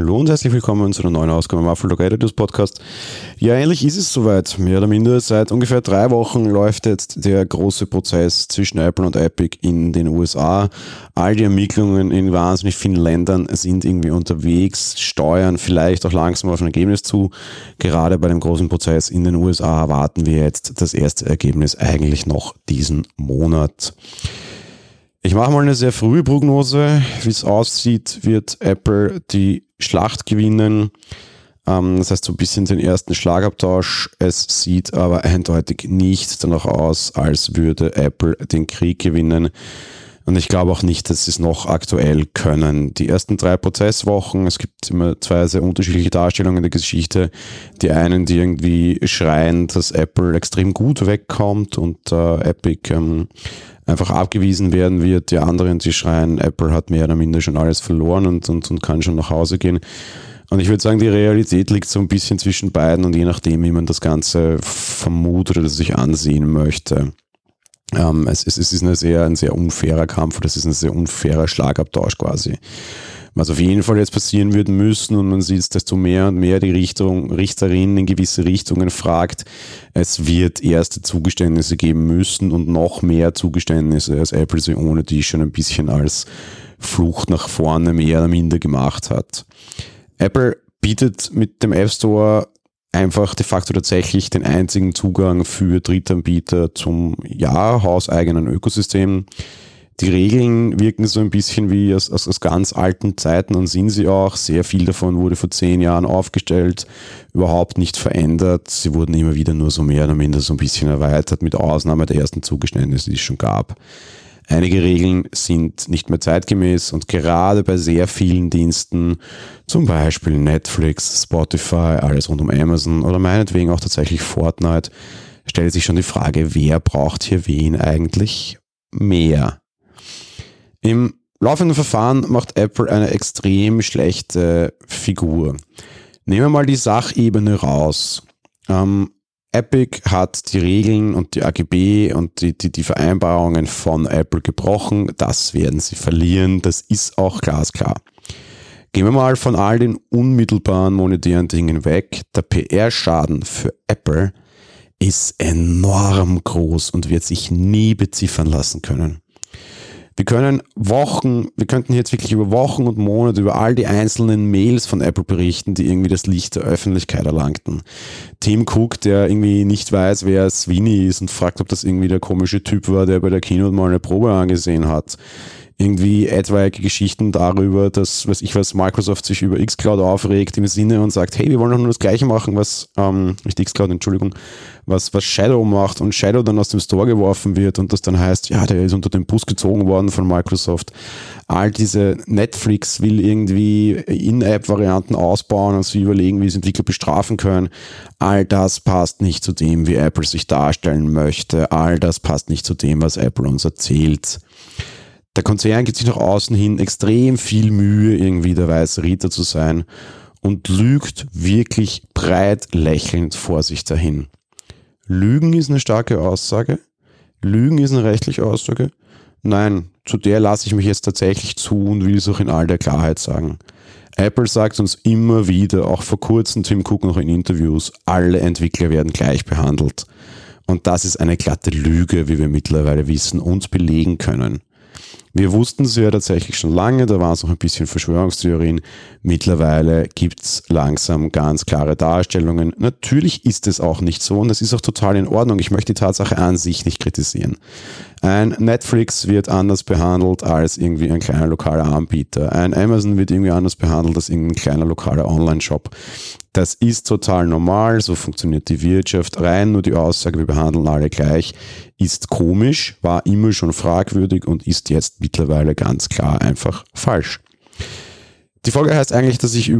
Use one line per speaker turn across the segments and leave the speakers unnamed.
Hallo und herzlich willkommen zu einer neuen Ausgabe im Muffled Editors Podcast. Ja, endlich ist es soweit. Mehr oder minder seit ungefähr 3 Wochen läuft jetzt der große Prozess zwischen Apple und Epic in den USA. All die Ermittlungen in wahnsinnig vielen Ländern sind irgendwie unterwegs, steuern vielleicht auch langsam auf ein Ergebnis zu. Gerade bei dem großen Prozess in den USA erwarten wir jetzt das erste Ergebnis eigentlich noch diesen Monat. Ich mache mal eine sehr frühe Prognose. Wie es aussieht, wird Apple die Schlacht gewinnen. Das heißt so ein bisschen den ersten Schlagabtausch. Es sieht aber eindeutig nicht danach aus, als würde Apple den Krieg gewinnen. Und ich glaube auch nicht, dass sie es noch aktuell können. Die ersten 3 Prozesswochen, es gibt immer 2 sehr unterschiedliche Darstellungen der Geschichte. Die einen, die irgendwie schreien, dass Apple extrem gut wegkommt und Epic einfach abgewiesen werden wird. Die anderen, die schreien, Apple hat mehr oder minder schon alles verloren und kann schon nach Hause gehen. Und ich würde sagen, die Realität liegt so ein bisschen zwischen beiden und je nachdem, wie man das Ganze vermutet oder sich ansehen möchte. Es ist ein sehr unfairer Kampf, das ist ein sehr unfairer Schlagabtausch quasi. Was auf jeden Fall jetzt passieren wird müssen und man sieht, desto mehr und mehr die Richterin in gewisse Richtungen fragt, es wird erste Zugeständnisse geben müssen und noch mehr Zugeständnisse, als Apple sie ohne die schon ein bisschen als Flucht nach vorne mehr oder minder gemacht hat. Apple bietet mit dem App Store einfach de facto tatsächlich den einzigen Zugang für Drittanbieter zum hauseigenen Ökosystem. Die Regeln wirken so ein bisschen wie aus ganz alten Zeiten und sind sie auch. Sehr viel davon wurde vor 10 Jahren aufgestellt, überhaupt nicht verändert. Sie wurden immer wieder nur so mehr oder minder so ein bisschen erweitert, mit Ausnahme der ersten Zugeständnisse, die es schon gab. Einige Regeln sind nicht mehr zeitgemäß und gerade bei sehr vielen Diensten, zum Beispiel Netflix, Spotify, alles rund um Amazon oder meinetwegen auch tatsächlich Fortnite, stellt sich schon die Frage, wer braucht hier wen eigentlich mehr? Im laufenden Verfahren macht Apple eine extrem schlechte Figur. Nehmen wir mal die Sachebene raus. Epic hat die Regeln und die AGB und die Vereinbarungen von Apple gebrochen. Das werden sie verlieren. Das ist auch glasklar. Gehen wir mal von all den unmittelbaren monetären Dingen weg. Der PR-Schaden für Apple ist enorm groß und wird sich nie beziffern lassen können. Wir könnten jetzt wirklich über Wochen und Monate über all die einzelnen Mails von Apple berichten, die irgendwie das Licht der Öffentlichkeit erlangten. Tim Cook, der irgendwie nicht weiß, wer Sweeney ist und fragt, ob das irgendwie der komische Typ war, der bei der Keynote mal eine Probe angesehen hat. Irgendwie etwaige Geschichten darüber, dass, was Microsoft sich über xCloud aufregt im Sinne und sagt, hey, wir wollen doch nur das Gleiche machen, was Shadow macht und Shadow dann aus dem Store geworfen wird und das dann heißt, ja, der ist unter den Bus gezogen worden von Microsoft. All diese Netflix will irgendwie In-App-Varianten ausbauen und sie überlegen, wie sie Entwickler bestrafen können. All das passt nicht zu dem, wie Apple sich darstellen möchte. All das passt nicht zu dem, was Apple uns erzählt. Der Konzern gibt sich nach außen hin extrem viel Mühe, irgendwie der weiße Ritter zu sein und lügt wirklich breit lächelnd vor sich dahin. Lügen ist eine starke Aussage. Lügen ist eine rechtliche Aussage. Nein, zu der lasse ich mich jetzt tatsächlich zu und will es auch in all der Klarheit sagen. Apple sagt uns immer wieder, auch vor kurzem Tim Cook noch in Interviews, alle Entwickler werden gleich behandelt. Und das ist eine glatte Lüge, wie wir mittlerweile wissen und belegen können. Wir wussten es ja tatsächlich schon lange, da waren es noch ein bisschen Verschwörungstheorien. Mittlerweile gibt es langsam ganz klare Darstellungen. Natürlich ist es auch nicht so und das ist auch total in Ordnung. Ich möchte die Tatsache an sich nicht kritisieren. Ein Netflix wird anders behandelt als irgendwie ein kleiner lokaler Anbieter. Ein Amazon wird irgendwie anders behandelt als irgendein kleiner lokaler Online-Shop. Das ist total normal, so funktioniert die Wirtschaft. Rein nur die Aussage, wir behandeln alle gleich, ist komisch, war immer schon fragwürdig und ist jetzt mittlerweile ganz klar einfach falsch. Die Folge heißt eigentlich, dass ich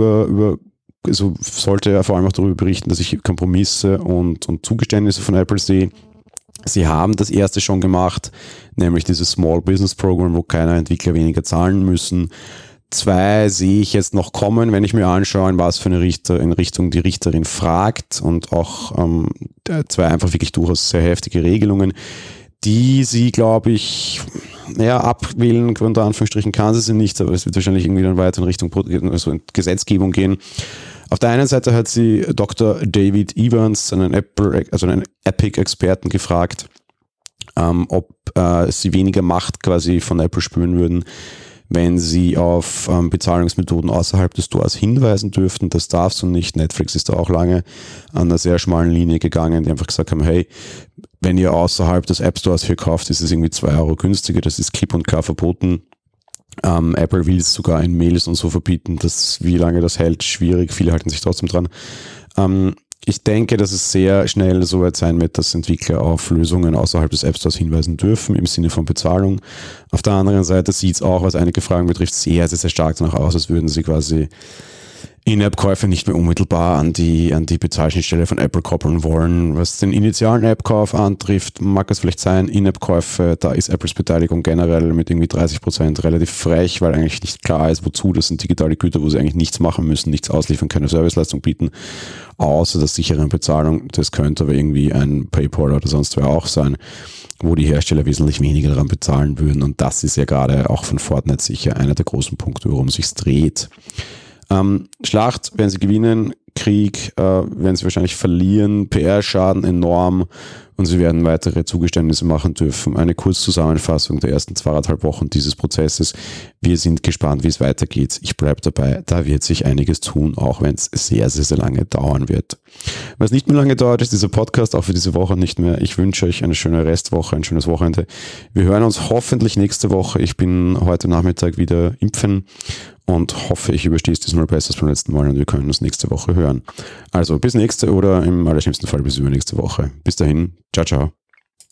sollte ja vor allem auch darüber berichten, dass ich Kompromisse und Zugeständnisse von Apple sehe. Sie haben das erste schon gemacht, nämlich dieses Small Business Program, wo keine Entwickler weniger zahlen müssen. 2 sehe ich jetzt noch kommen, wenn ich mir anschaue, in was für eine Richtung die Richterin fragt und auch 2 einfach wirklich durchaus sehr heftige Regelungen, die sie, glaube ich, abwählen, unter Anführungsstrichen kann sie nicht, aber es wird wahrscheinlich irgendwie dann weiter in Richtung Gesetzgebung gehen. Auf der einen Seite hat sie Dr. David Evans, einen Epic-Experten, gefragt, ob sie weniger Macht quasi von Apple spüren würden, wenn sie auf Bezahlungsmethoden außerhalb des Stores hinweisen dürften. Das darfst du nicht. Netflix ist da auch lange an einer sehr schmalen Linie gegangen, die einfach gesagt haben, hey, wenn ihr außerhalb des App Stores hier kauft, ist es irgendwie 2 Euro günstiger. Das ist klipp und klar verboten. Apple will es sogar in Mails und so verbieten. Wie lange das hält, schwierig. Viele halten sich trotzdem dran. Ich denke, dass es sehr schnell so weit sein wird, dass Entwickler auf Lösungen außerhalb des App Stores hinweisen dürfen, im Sinne von Bezahlung. Auf der anderen Seite sieht es auch, was einige Fragen betrifft, sehr, sehr, sehr stark danach aus, als würden sie quasi In-App-Käufe nicht mehr unmittelbar an die Bezahlschnittstelle von Apple koppeln wollen. Was den initialen App-Kauf antrifft, mag es vielleicht sein. In-App-Käufe, da ist Apples Beteiligung generell mit irgendwie 30% relativ frech, weil eigentlich nicht klar ist, wozu. Das sind digitale Güter, wo sie eigentlich nichts machen müssen, nichts ausliefern, keine Serviceleistung bieten, außer der sicheren Bezahlung. Das könnte aber irgendwie ein PayPal oder sonst wer auch sein, wo die Hersteller wesentlich weniger daran bezahlen würden. Und das ist ja gerade auch von Fortnite sicher einer der großen Punkte, worum es sich dreht. Schlacht werden sie gewinnen, Krieg werden sie wahrscheinlich verlieren, PR-Schaden enorm und sie werden weitere Zugeständnisse machen dürfen. Eine Kurzzusammenfassung der ersten 2,5 Wochen dieses Prozesses. Wir sind gespannt, wie es weitergeht. Ich bleibe dabei, da wird sich einiges tun, auch wenn es sehr, sehr, sehr lange dauern wird. Was nicht mehr lange dauert, ist dieser Podcast, auch für diese Woche nicht mehr. Ich wünsche euch eine schöne Restwoche, ein schönes Wochenende. Wir hören uns hoffentlich nächste Woche. Ich bin heute Nachmittag wieder impfen und hoffe, ich überstehe es diesmal besser als beim letzten Mal und wir können uns nächste Woche hören. Also bis nächste oder im allerschlimmsten Fall bis übernächste Woche. Bis dahin, ciao, ciao.